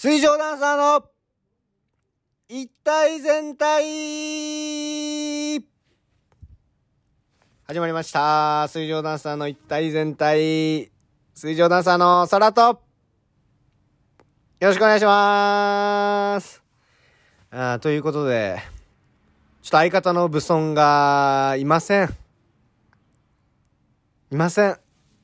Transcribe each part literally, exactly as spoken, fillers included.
水上ダンサーの一体全体始まりました。水上ダンサーの一体全体、水上ダンサーの空とよろしくお願いします。あということで、ちょっと相方のブソンがいませんいません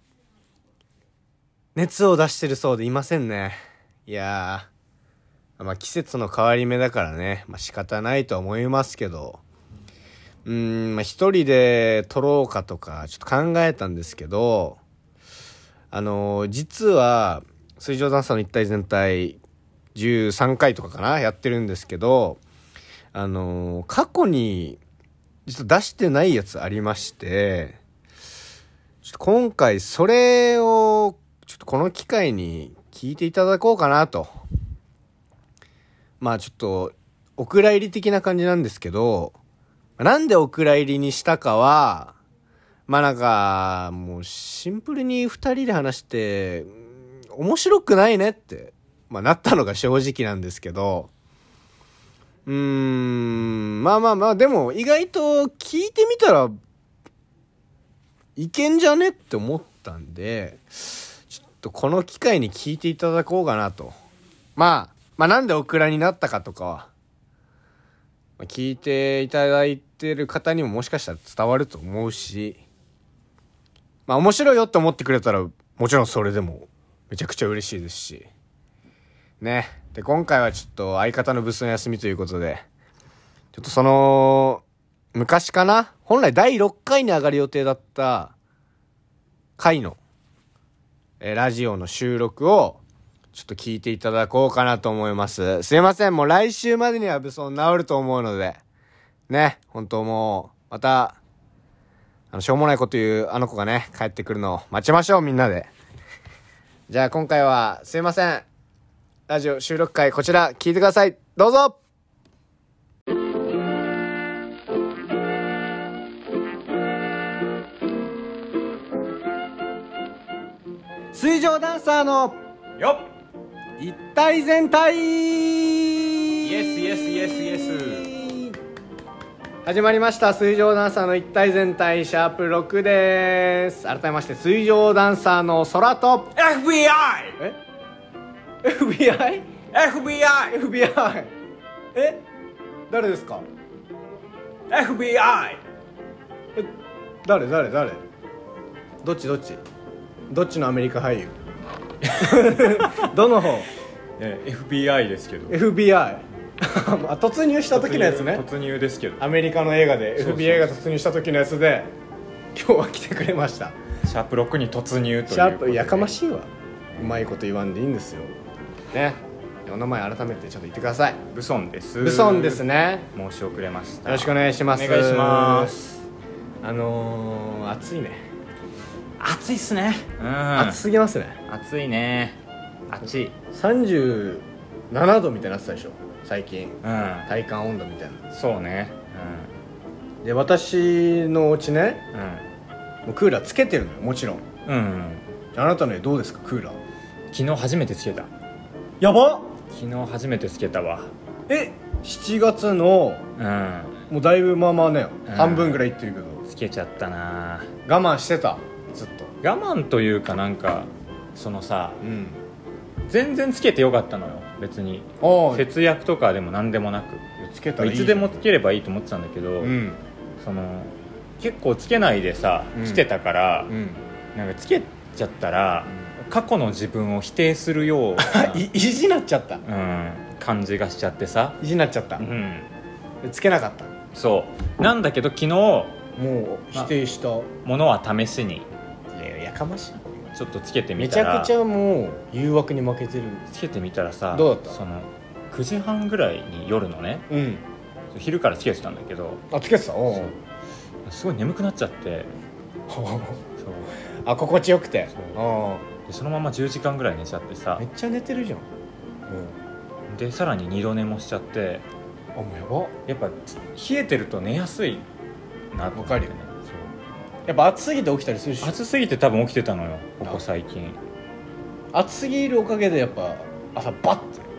熱を出してるそうでいませんね。いやー、まあ季節の変わり目だからね、まあ仕方ないとは思いますけど、うーん、まあ一人で撮ろうかとかちょっと考えたんですけど、あのー、実は水上ダンサーの一体全体じゅうさんかいとかかなやってるんですけど、あのー、過去に実は出してないやつありまして、ちょっと今回それをちょっとこの機会に聞いていただこうかなと。まあちょっとお蔵入り的な感じなんですけど、なんでお蔵入りにしたかは、まあなんかもうシンプルに二人で話して面白くないねって、まあ、なったのが正直なんですけど、うーん、まあまあまあでも意外と聞いてみたらいけんじゃねって思ったんで、ちょっとこの機会に聞いていただこうかなと。まあ、まあなんでオクラになったかとかは、まあ、聞いていただいてる方にももしかしたら伝わると思うし、まあ面白いよって思ってくれたらもちろんそれでもめちゃくちゃ嬉しいですし。ね。で、今回はちょっと相方のブスの休みということで、ちょっとその、昔かな？本来だいろっかいに上がる予定だった回の、えー、ラジオの収録をちょっと聞いていただこうかなと思います。すいません、もう来週までにはブソン治ると思うので、ね、本当もう、また、あの、しょうもないこと言うあの子がね、帰ってくるのを待ちましょう、みんなで。じゃあ今回は、すいません。ラジオ収録回こちら聞いてください。どうぞ。水上ダンサーのよっ一体全体イエスイエスイエスイエス始まりました。水上ダンサーの一体全体シャープろくです。改めまして水上ダンサーの空とエフビーアイえ エフビーアイ？ エフビーアイエフビーアイ え誰ですか？ エフビーアイえ誰誰誰どっちどっちどっちのアメリカ俳優どの方？ エフビーアイ ですけどエフビーアイ あ突入した時のやつね。 突入ですけどアメリカの映画でそうそうそうエフビーアイ が突入した時のやつで今日は来てくれました。 シャープろくに突入ということで。 シャープやかましいわ。うまいこと言わんでいいんですよね。お名前改めてちょっと言ってください。 ブソンです。 ブソンですね。 申し遅れました。 よろしくお願いします。 お願いします。 あのー、暑いね。 暑いっすね。うん暑すぎますね。 暑いね。暑い。 さんじゅうななどみたいになってたでしょ最近。 うん体感温度みたいな。 そうね。 で私のお家ね、 うんもうクーラーつけてるのよもちろん。 うんうん、 あなたの家どうですかクーラー？ 昨日初めてつけた。 やば。 昨日初めてつけたわ。 えしちがつのうんもうだいぶまあまあね、 うん半分ぐらいいってるけどつけちゃったな。 我慢してたずっと。 我慢というかなんかそのさうん全然つけてよかったのよ別に。 ああ節約とかでも何でもなくつけたらいいいつでもつければいいと思ってたんだけど、 うんその結構つけないでさうん来てたから、 うんなんかつけちゃったら、過去の自分を否定するような、 い意地になっちゃった。 うん、感じがしちゃってさ、 意地になっちゃった、 うん、 でつけなかった。 そうなんだけど昨日もう否定した。 ものは試しにいややかましい。 ちょっとつけてみめちたらゃくちゃもう誘惑に負けてる。 つけてみたらさ、 どうだったそのくじはんぐらいに夜のねうん昼からつけてたんだけど、 あつけてた。おうすごい眠くなっちゃってそうあ心地よくて。 そうあでそのままじゅうじかんぐらい寝ちゃってさめっちゃ寝てるじゃん。 でさらににど寝もしちゃって、 あもうやば。 やっぱ冷えてると寝やすいなと思ってね。 わかるよそうやっぱ暑すぎて起きたりするし。 暑すぎて多分起きてたのよここ最近。 暑すぎるおかげでやっぱ朝バッて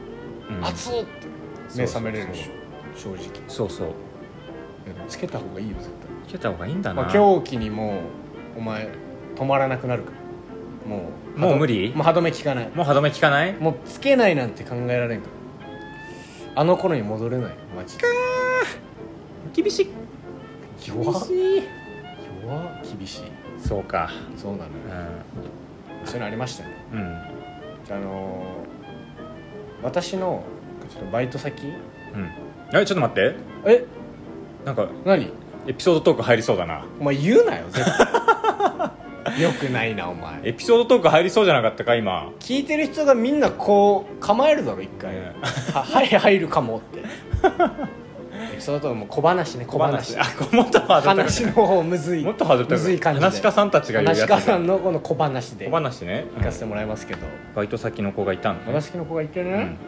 うん、 熱っって目覚めれるでしょ正直。 そうそうつけた方がいいよ絶つけた方がいいんだ対、 な、 まあ、狂気にもうお前止まらなくなるからもうもう無理もう歯止め効かない、 もう歯止め効かない。 もうつけないなんて考えられんからあの頃に戻れないよマジで。 厳しい弱厳しい弱厳しいそうかそうなのよ、 うそういうのありましたね。 んうんじゃあ、あのー、私のちょっとバイト先うんえちょっと待ってえなんか何エピソードトーク入りそうだな。 お前言うなよ絶対よくないなお前。 エピソードトーク入りそうじゃなかったか今。 聞いてる人がみんなこう構えるだろ一回、 ねははい入るかもってエピソードも小話ね小話あもっとハードル高い話の方むずいもっとハードル高いむずい感じで話し家さんたちが言うやつ話し家さんのこの小話で小話ね、 聞かせてもらいますけど、 バイト先の子がいたんだね。 私の子がいてね、 うんなんか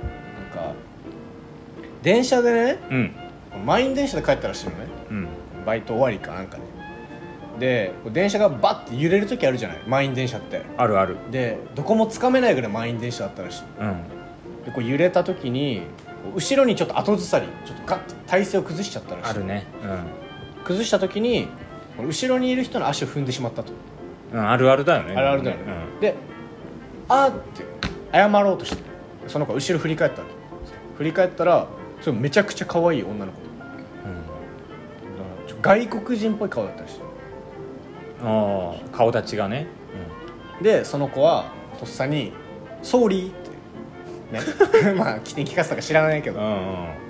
電車でねうん満員電車で帰ったらしいのねうんバイト終わりかなんかでで電車がバッて揺れる時あるじゃない満員電車って。 あるあるでどこもつかめないぐらい満員電車だったらしい。 うんでこう揺れた時に後ろにちょっと後ずさりちょっとガッと体勢を崩しちゃったらしい。 あるね崩した時に後ろにいる人の足を踏んでしまったと。 うん、うん、あるあるだよね。 あるあるだよね、であーって謝ろうとしてその子後ろ振り返ったわけ。振り返ったらそれめちゃくちゃ可愛い女の子で、 うんちょ外国人っぽい顔だったらしい。 うん、ああ顔立ちがね、 でその子はとっさに「ソーリー」ってねまあ起点聞かせたか知らないけどうん、うんうん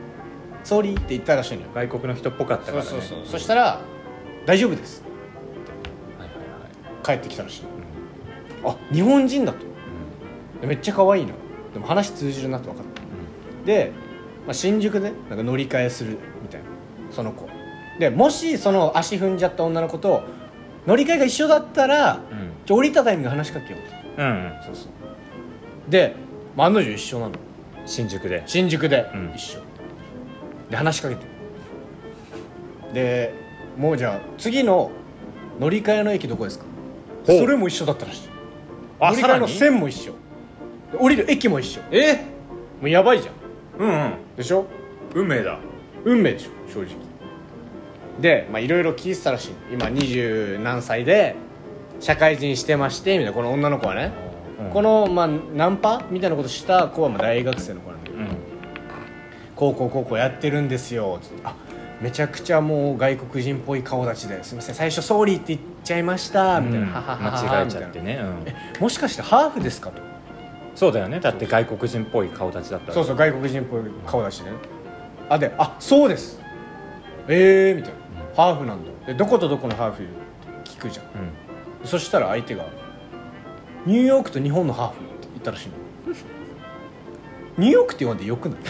「ソーリー」って言ったらしいのよ。 外国の人っぽかったからね。 そうそうそう。そしたら「大丈夫です」 はいはいはい、 帰ってきたらしいの。あ日本人だと。でめっちゃ可愛いの。でも話通じるなって分かった。で、まあ、新宿でなんか乗り換えするみたいなその子で、もしその足踏んじゃった女の子と乗り換えが一緒だったら、 うんちょ降りたタイミングで話しかけようと。 うんうん、 そうそうで、まあ、案の定一緒なの。 新宿で新宿でうん一緒、で話しかけてでもうじゃあ次の乗り換えの駅どこですか。 ほうそれも一緒だったらしい。 あ乗り換えのさらに線も一緒で降りる駅も一緒。 えもうやばいじゃんうんうんでしょ。 運命だ。 運命でしょ正直で、まあいろいろ聞いてたらしい。今二十何歳で社会人してましてみたいなこの女の子はね、 うんこの、まあ、ナンパみたいなことした子はまあ大学生の子なんだけど、 うんこうこうこうこうやってるんですよつって、あめちゃくちゃもう外国人っぽい顔立ちですみません最初ソーリーって言っちゃいましたみたいな、 うんはははは間違えちゃってね、うん、 えもしかしてハーフですかと。 そうだよね。だって外国人っぽい顔立ちだったら。 そうそう外国人っぽい顔立ちね。あであそうですえーみたいな、ハーフなんだでどことどこのハーフって聞くじゃん。 うんそしたら相手がニューヨークと日本のハーフって言ったらしいの。ニューヨークって言わんでよくない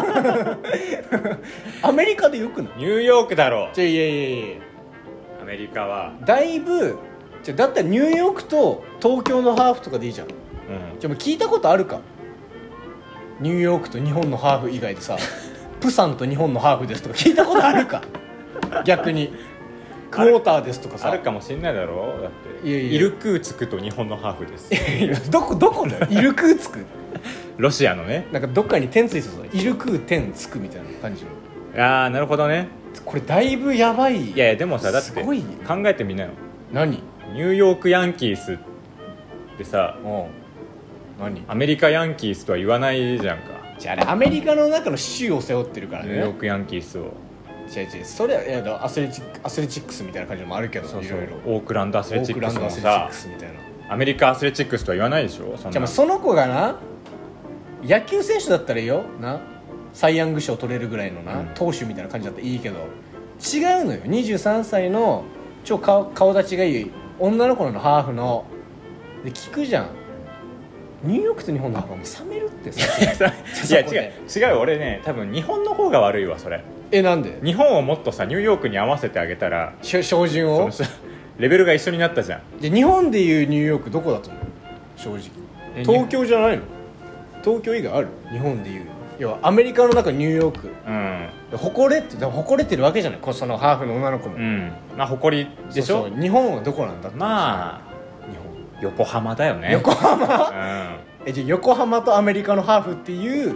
アメリカでよくない。 ニューヨークだろじゃいやいやいやアメリカは。 だいぶじゃだったらニューヨークと東京のハーフとかでいいじゃん。 うんじゃもう聞いたことあるか。ニューヨークと日本のハーフ以外でさプサンと日本のハーフですとか聞いたことあるか逆にクォーターですとかさあるかもしんないだろう。だっていやいやイルクーツクと日本のハーフですいやどこどこだよイルクーツクロシアのね。 なんかどっかに点ついてそうイルクー点つくみたいな感じの。 ああなるほどね。 これだいぶやばい。 いやいやでもさだってすごい考えてみなよ。 何ニューヨークヤンキースってさうん何アメリカヤンキースとは言わないじゃんか。 じゃああれアメリカの中の州を背負ってるからね。 ニューヨークヤンキースを。 違う違うそれはいやだアスレチックアスレチックスみたいな感じのもあるけどそうそういろいろオークランドアスレチックスもオークランドアスレチッさクスみたいな。 アメリカアスレチックスとは言わないでしょ。そんなじゃあまあその子がな野球選手だったらいいよなサイ・ヤング賞取れるぐらいのな、 うん投手みたいな感じだったらいいけど違うのよ。にじゅうさんさいの超顔顔立ちがいい女の子のハーフので聞くじゃん。ニューヨークと日本のハーフはもう冷めるってさいやそこで違う違う俺ね多分日本の方が悪いわそれ。 えなんで日本をもっとさニューヨークに合わせてあげたらし照準をそのさレベルが一緒になったじゃん。 で日本でいうニューヨークどこだと思う正直。 え東京じゃないの。東京以外ある日本でいう要はアメリカの中ニューヨークうんで誇れってだから誇れてるわけじゃないこそのハーフの女の子も、 うんまあ誇りでしょ。 そうそう日本はどこなんだってまあ日本横浜だよね。 横浜うんえじゃあ横浜とアメリカのハーフっていう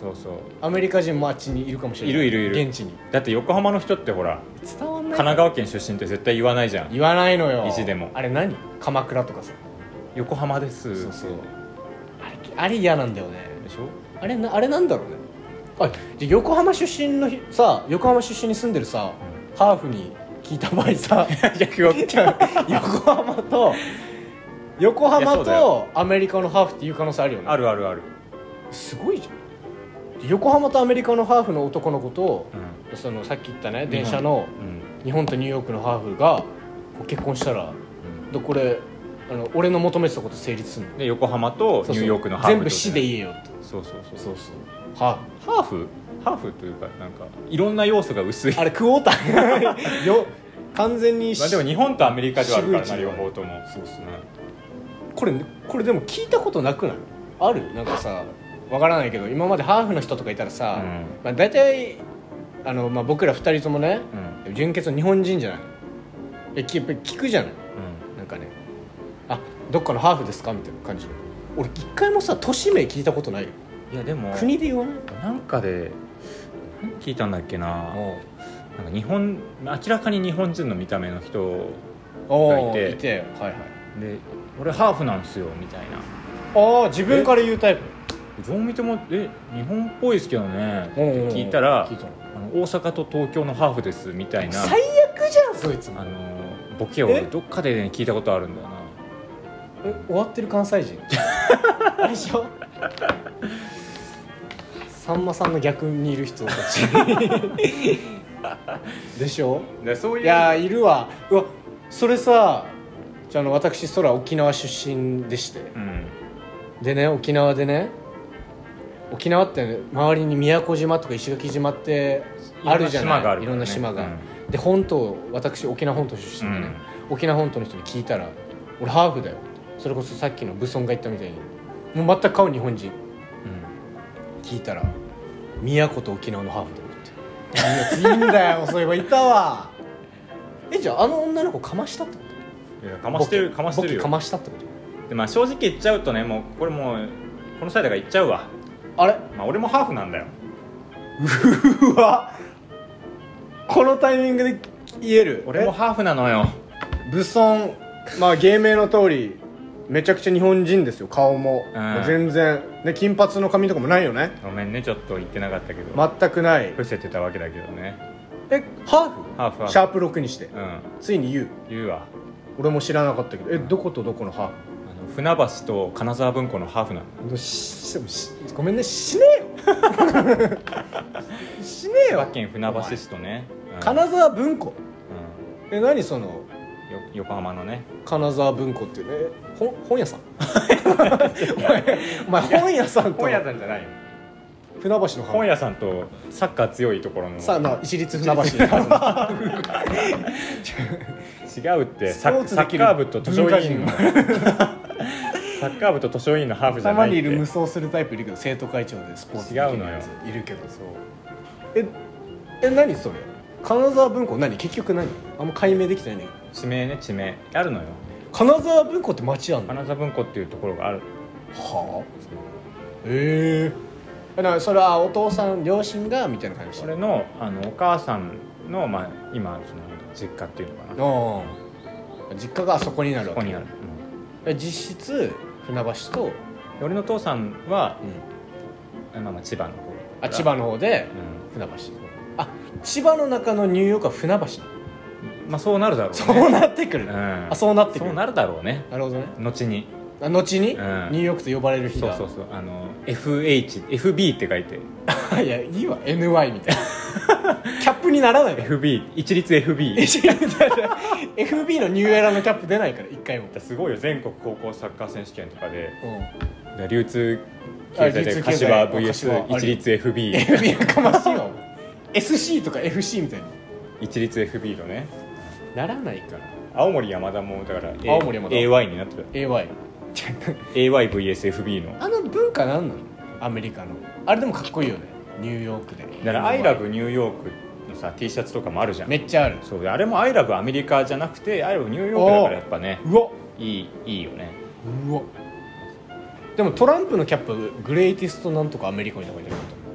そうそうアメリカ人もあっちにいるかもしれない。 いるいるいる現地に。 だって横浜の人ってほら伝わんない。 神奈川県出身って絶対言わないじゃん。 言わないのよ。 意地でもあれ何？鎌倉とかさ。 横浜ですそうそう。あれあれ嫌なんだよね。 でしょ。 あれなあれなんだろうね。あ、じゃあ横浜出身のひさ、横浜出身に住んでるさ、うん、ハーフに聞いた場合さ、横浜と横浜とアメリカのハーフっていう可能性あるよね。 あるあるある。 すごいじゃん。横浜とアメリカのハーフの男の子と、うん、そのさっき言ったね電車の日本とニューヨークのハーフが結婚したら、うん、これあの俺の求めてたこと成立するので、横浜とニューヨークのハーフ全部市で言えよって。 そうそうそうそうそうハーフハーフハーフというかなんかいろんな要素が薄い。 あれクォーターよ完全に、 まあ、でも日本とアメリカではあるからな両方とも。 そうそう、ね、これこれでも聞いたことなくない？ある？なんかさわからないけど今までハーフの人とかいたらさ、うんまあ、大体あの、まあ、僕らふたりともね、うん、純血の日本人じゃないえやっぱり聞くじゃない、うん、なんかねあどっかのハーフですかみたいな感じで俺一回もさ都市名聞いたことないよ。 いやでも国で言わない？ なんかで何聞いたんだっけな。なんか日本明らかに日本人の見た目の人がいていて、はいはい、 で俺ハーフなんですよみたいな。 ああ自分から言うタイプ。 どう見てもえ日本っぽいですけどねって聞いたら、聞いたあの大阪と東京のハーフですみたいな。 最悪じゃんそいつも。 あのボケをどっかで、ね、聞いたことあるんだよな。 え終わってる関西人あれでしょさんまさんの逆にいる人たちでしょ。 でそういういやいるわ。うわそれさじゃあの私空沖縄出身でして、うん、でね沖縄でね沖縄って、ね、周りに宮古島とか石垣島ってあるじゃない。いろんな島があるからね。いろんな島が、うん、で本島私沖縄本島出身でね、うん、沖縄本島の人に聞いたら俺ハーフだよ。それこそさっきのブソンが言ったみたいにもう全く顔日本人、うん、聞いたら宮古と沖縄のハーフだよっていいんだよそういえばいたわ。えじゃああの女の子かましたってこと？ いやかましてるかましてるよ。 かましたってことで、まあ、正直言っちゃうとねもうこれもうこの際だから言っちゃうわ。 あれ、 まあ、俺もハーフなんだよ。 うわこのタイミングで言える。 俺もハーフなのよ。 ブソンまあ芸名の通りめちゃくちゃ日本人ですよ。顔も、うん、もう全然で金髪の髪とかもないよね。 ごめんねちょっと言ってなかったけど全くない。 伏せてたわけだけどね。 えハーフ？ ハーフはシャープろくにして、うん、ついに言う言うわ。 俺も知らなかったけどえどことどこのハーフ？ あの船橋と金沢文庫のハーフなの。 しごめんねしねえよしねえよ。 千葉県船橋市とね、 うん、金沢文庫、うん、え何その横浜のね金沢文庫ってね本本屋さんお前, お前本屋さんと本屋さんじゃないよ。 船橋の本屋さんとサッカー強いところのさあな一律船橋違うってサッカー部と図書委員のサッカー部と図書委員のハーフじゃないって。 たまにいる無双するタイプいるけど生徒会長でスポーツ違うのよいるけどそうええ何それ金沢文庫何結局何あんま解明できてないね。 地名ね地名あるのよ。 金沢文庫って町あんの？ 金沢文庫っていうところがある。 はあへえだからそれはお父さん両親がみたいな感じ。 俺のあのお母さんの、まあ、今その実家っていうのかな。実家があそこになるわけ。 そこになる、 うん、実質船橋と俺の父さんは、うんまあ、まあ千葉の方あ千葉の方で、うん、船橋あ千葉の中のニューヨークは船橋。 まあそうなるだろうね。 そうなってくる、うん、あそうなってくる。 そうなるだろうね。 なるほどね。 後にあ後に、うん、ニューヨークと呼ばれる日がそうそうそうあの エフエイチ エフビー って書いていやいいわ エヌワイ みたいなキャップにならないからエフビー 一律 エフビーエフビー のニューエラのキャップ出ないから一回も。 すごいよ全国高校サッカー選手権とかで、うん、流通経済で柏 ブイエス 一律 エフビーエフビー やかましいよエスシー とか エフシー みたいな一律 エフビー のねならないから。 青森山田もだから、A、 青森山田エーワイ になってたエーワイエーワイブイエスエフビー のあの文化なんなのアメリカのあれでもかっこいいよねニューヨークで。 だから「I love ニューヨーク」のさ T シャツとかもあるじゃん。 めっちゃある。 そうあれも「I love アメリカ」じゃなくて「I love ニューヨーク」だからやっぱねうわいいいいよね。 うわでもトランプのキャップグレイティストなんとかアメリカにとか言ってなかっ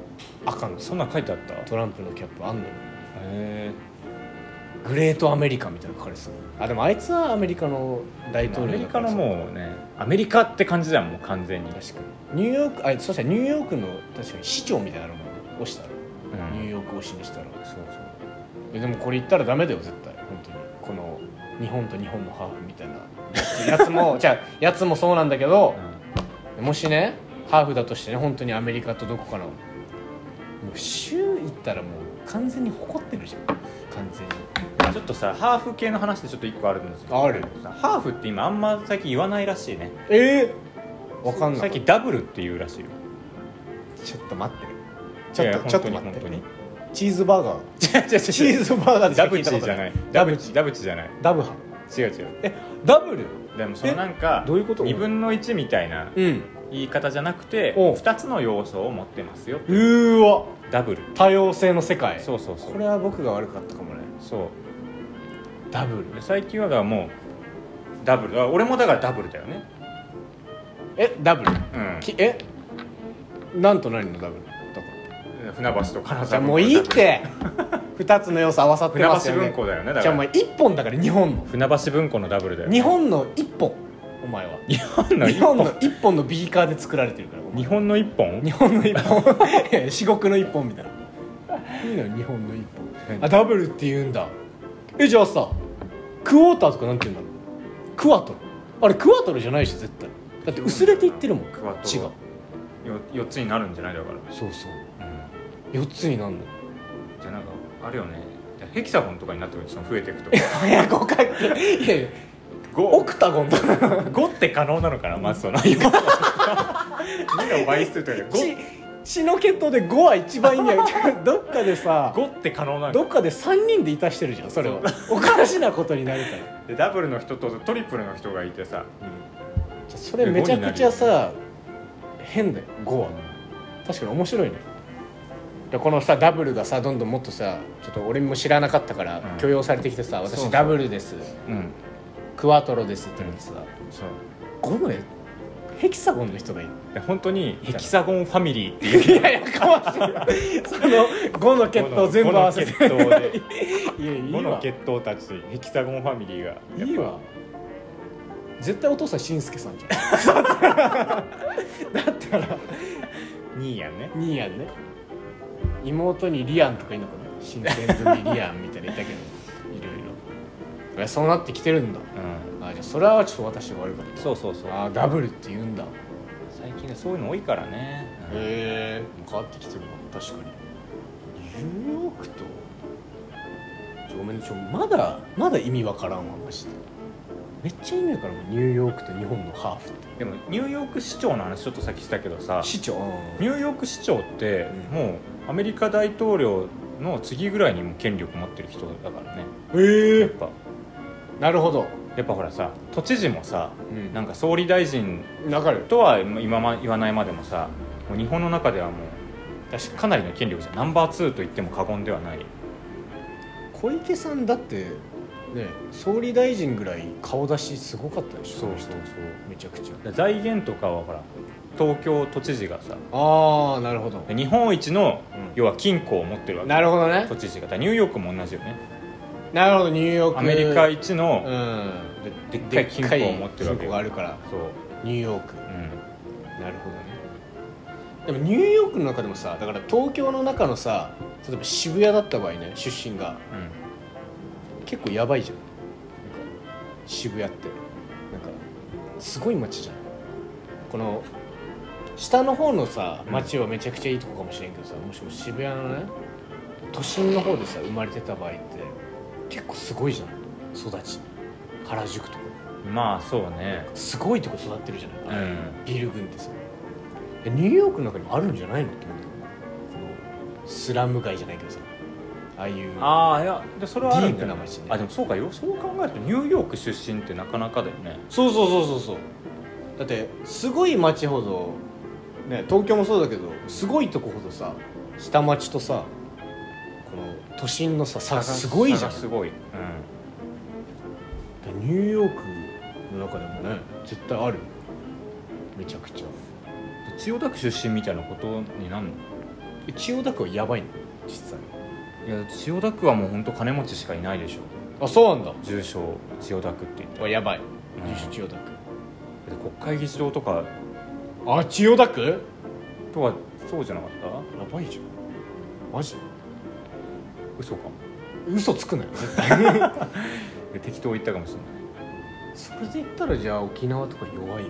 赤のそんなん書いてあった。 トランプのキャップあんのよ。 へグレートアメリカみたいな書かれてた。あでもあいつはアメリカの大え。ア統領メリカのうもうねアメリカって感じだよもう完全に。 確かにニューヨークあそしたらニューヨークの確かに市長みたいなのも押したら、 うん、 ニューヨーク推しにしたらそうそうえでもこれ言ったらダメだよ絶対本当にこの日本と日本のハーフみたいなやつもじゃあやつもそうなんだけど、 うもしねハーフだとしてね本当にアメリカとどこかのもう州行ったらもう完全に誇ってるじゃん完全に。 ん、ちょっとさハーフ系の話でちょっと一個あるんですよ。 あるハーフって今あんま最近言わないらしいね。 えー、わかんない最近ダブルって言うらしいよ。 ちょっと待ってちょっいやとちょっと待って本当にチーズバーガー違う違う違うチーズバーガーでしかダブ聞いたことチじゃないダブチダブチじゃないダブハ違う違う。 えダブルでもそのなんかどういうことにぶんのいちみたいなうん言い方じゃなくておうふたつの要素を持ってますよってうーわダブル。 多様性の世界そうそうそうこれは僕が悪かったかもねそうダブルで最近はだからもうダブルあ俺もだからダブルだよね。 えダブルうんきえなんと何のダブルだから船橋と金じゃあ沢もういいって二つの要素合わさって船橋ますよね文庫だよねだじゃあおから前一本だから日本の船橋文庫のダブルだよね。 日本の一本お前は日本の日一本本の一本のビーカーで作られてるからお前日本の一本日本の一本四国の一本みたいないいのよ日本の一本あダブルって言うんだ。えじゃあさクォーターとかなんて言うんだろうクワトロあれクワトロじゃないし絶対だって薄れていってるもんクワトロ血がよよっつになるんじゃないだから。 そうそううんよっつになんのじゃあなんかあるよねヘキサゴンとかになってくるその増えていくといや五角形いやいやオクタゴンとかごって可能なのかなまずそのにの倍数とかご血血の血統でごは一番意味あるどっかでさごって可能なのどっかでさんにんでいたしてるじゃんそれはおかしなことになるからでダブルの人とトリプルの人がいてさそれめちゃくちゃさ変だよごは確かに面白いね。でこのさダブルがさどんどんもっとさちょっと俺も知らなかったからうん許容されてきてさ、 そうそう私ダブルですうんクワトロですって言ってさ、 そうごのヘキサゴンの人がいるで本当にヘキサゴンファミリーっていういやいやかましいそのごの血統全部合わせてごの血統でいやいいわごの血統たちヘキサゴンファミリーがやっぱいいわ絶対お父さんしんすけさんじゃんだったらニーヤンねニーヤンね妹にリアンとかいいのかな新選組リアンみたいないたけどいろいろえそうなってきてるんだ。 うんあじゃあそれはちょっと私が悪かった。 そうそうそうあダブルって言うんだ。 最近ねそういうの多いからねへえ変わってきてるな確かに。ニューヨークとちょごめんちょまだまだ意味わからんわマジで。めっちゃ意味わからんわニューヨークと日本のハーフってでもニューヨーク市長の話ちょっとさっきしたけどさ市長ニューヨーク市長ってうんもうアメリカ大統領の次ぐらいにも権力持ってる人だからねへえやっぱなるほど。 やっぱほらさ都知事もさうんなんか総理大臣わかるとは今ま言わないまでもさもう日本の中ではも確かうかなりの権力じゃんナンバーツーと言っても過言ではないに小池さんだってね総理大臣ぐらい顔出しすごかったでしょそうそうそうめちゃくちゃ。 財源とかはほら東京都知事がさああなるほど。 日本一のうん要は金庫を持ってるわけなるほどね都知事がだからニューヨークも同じよねなるほどニューヨークアメリカ一のうんででっかい金庫を持ってるわけ金庫があるからそうニューヨークうんなるほどね。でもニューヨークの中でもさだから東京の中のさ例えば渋谷だった場合ね出身がうん結構やばいじゃんなんか渋谷ってなんかすごい街じゃん。この下の方のさ街はめちゃくちゃいいとこかもしれんけどさもしも渋谷のね都心の方でさ生まれてた場合って結構すごいじゃん育ち原宿とかまあそうねすごいとこ育ってるじゃない、 うんビル群ってさえニューヨークの中にもあるんじゃないのって思うんだけどこのスラム街じゃないけどさああいうああいやでそれはあるんだよディープな街ねあでもそうかよそう考えるとニューヨーク出身ってなかなかだよねそうそうそうそうそうだってすごい街ほどね東京もそうだけどすごいとこほどさ下町とさこの都心のさ差すごいじゃん。 差がすごい、うん、 ニューヨークの中でもね絶対あるめちゃくちゃ。 千代田区出身みたいなことになるの千代田区はやばいの実際。 いや千代田区はもう本当金持ちしかいないでしょ。 あ、そうなんだ。 住所千代田区って言ったらやばい、 うん住所千代田区。 国会議事堂とかあ、千代田区とはそうじゃなかった？ やばいじゃん。マジ嘘かも。 嘘つくなよ絶対適当言ったかもしれない。 それで言ったらじゃあ沖縄とか弱いよね。なんかそんな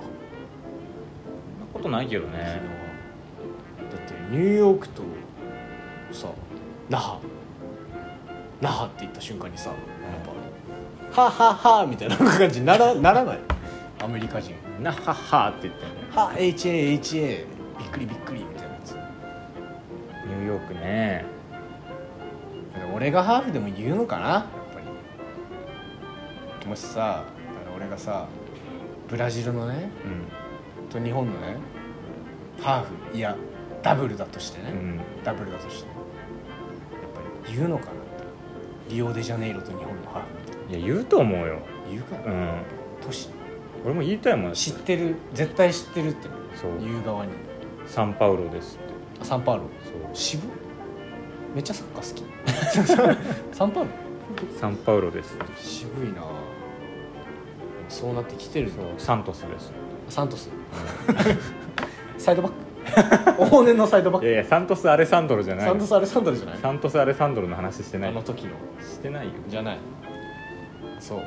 ことないけどね。 沖縄だってニューヨークとさ那覇那覇って言った瞬間にさ、やっぱはははみたいな感じにならならないアメリカ人。 なははって言ったよね。 は エイチエーエイチエー びっくりびっくりみたいなやつ。 ニューヨークね。 俺がハーフでも言うのかな、やっぱり。もしさ、俺がさブラジルのね、うん、と日本のねハーフ、いやダブルだとしてね、うん、ダブルだとしてね、やっぱり言うのかな、リオデジャネイロと日本のハーフ。いや言うと思うよ。 言うかな、うん、都市俺も言いたいもん。 知ってる、絶対知ってるって言う側に。 サンパウロですって。 あ、サンパウロ。そう、渋っ。めっちゃサッカー好きサンパウロサンパウロです。 渋いな。そうなってきてる。 そう、サントスです。 サントスサイドバック往年のサイドバック。 いやいや、サントスアレサンドロじゃない。 サントスアレサンドロじゃない。 サントスアレサンドロの話してない。 あの時のしてないよ。 じゃない。そう。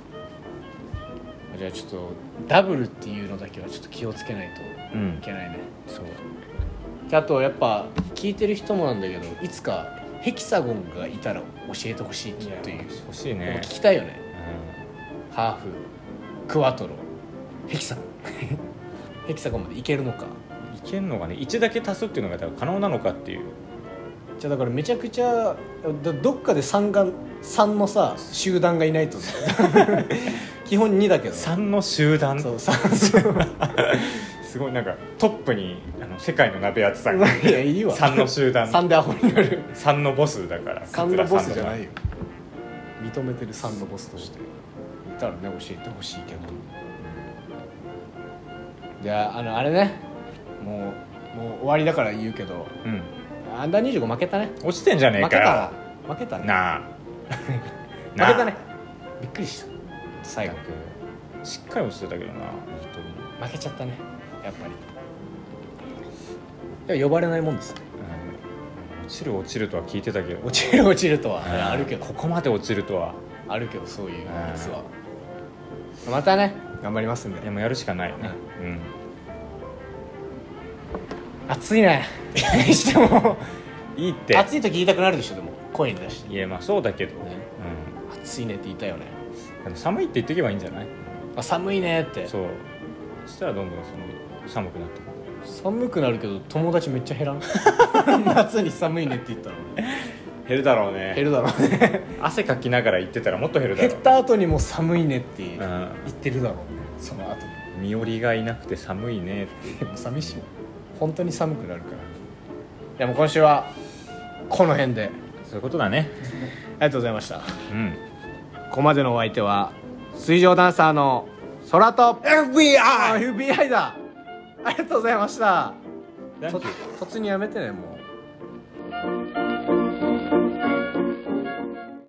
じゃあちょっとダブルっていうのだけはちょっと気をつけないといけないね、うん、そう。あとやっぱ聞いてる人もなんだけど、いつかヘキサゴンがいたら教えてほしいという。 欲しいね。 聞きたいよね、うん、ハーフ、クワトロ、ヘキサゴンヘキサゴンまでいけるのか。 いけんのかね。いちだけ足すっていうのが可能なのかっていう。 じゃあだからめちゃくちゃ ど, どっかでさんがさんのさ集団がいないと基本にだけどさんの集団。 そうさんすごいなんかトップにあの世界の鍋やってたんいやいいわ。 さんの集団。 さんでアホになる。 さんのボスだから。 さんのボスじゃないよ。認めてるさんのボスとして言ったらね、教えてほしいけど、うん、じゃああのあれね、もうもう終わりだから言うけど、うん、アンダーにじゅうご負けたね。 落ちてんじゃねえかよ。 負けたね。 なあ負けたね。びっくりした。最後しっかり落ちてたけどな。本当に負けちゃったね、やっぱり。いや呼ばれないもんですね、 うん、落ちる落ちるとは聞いてたけど。 落ちる落ちるとは、うん、あるけど、 ここまで落ちるとはあるけど、そういう実は、うん、またね頑張りますんで。 でもやるしかないね、うんうん、 暑いねしてもいいって。 暑い時言いたくなるでしょ。でも声に出して。 いやまあそうだけど、ね、 うん、暑いねって言いたいよね。 でも寒いって言っていけばいいんじゃない。 あ、寒いねって。 そうそしたらどんどんその寒くなってくる。 寒くなるけど友達めっちゃ減らん夏に寒いねって言ったら減るだろうね。 減るだろうね汗かきながら言ってたらもっと減るだろう。 減った後にも寒いねって言ってるだろうね、うん、その後に。 身寄りがいなくて寒いねってもう寂しい。本当に寒くなるから。いやもう今週はこの辺で。 そういうことだね。 ありがとうございました。 うん。 ここまでのお相手は水上ダンサーの空と エフビーアイ エフビーアイ だ。ありがとうございました。突入やめてねもう。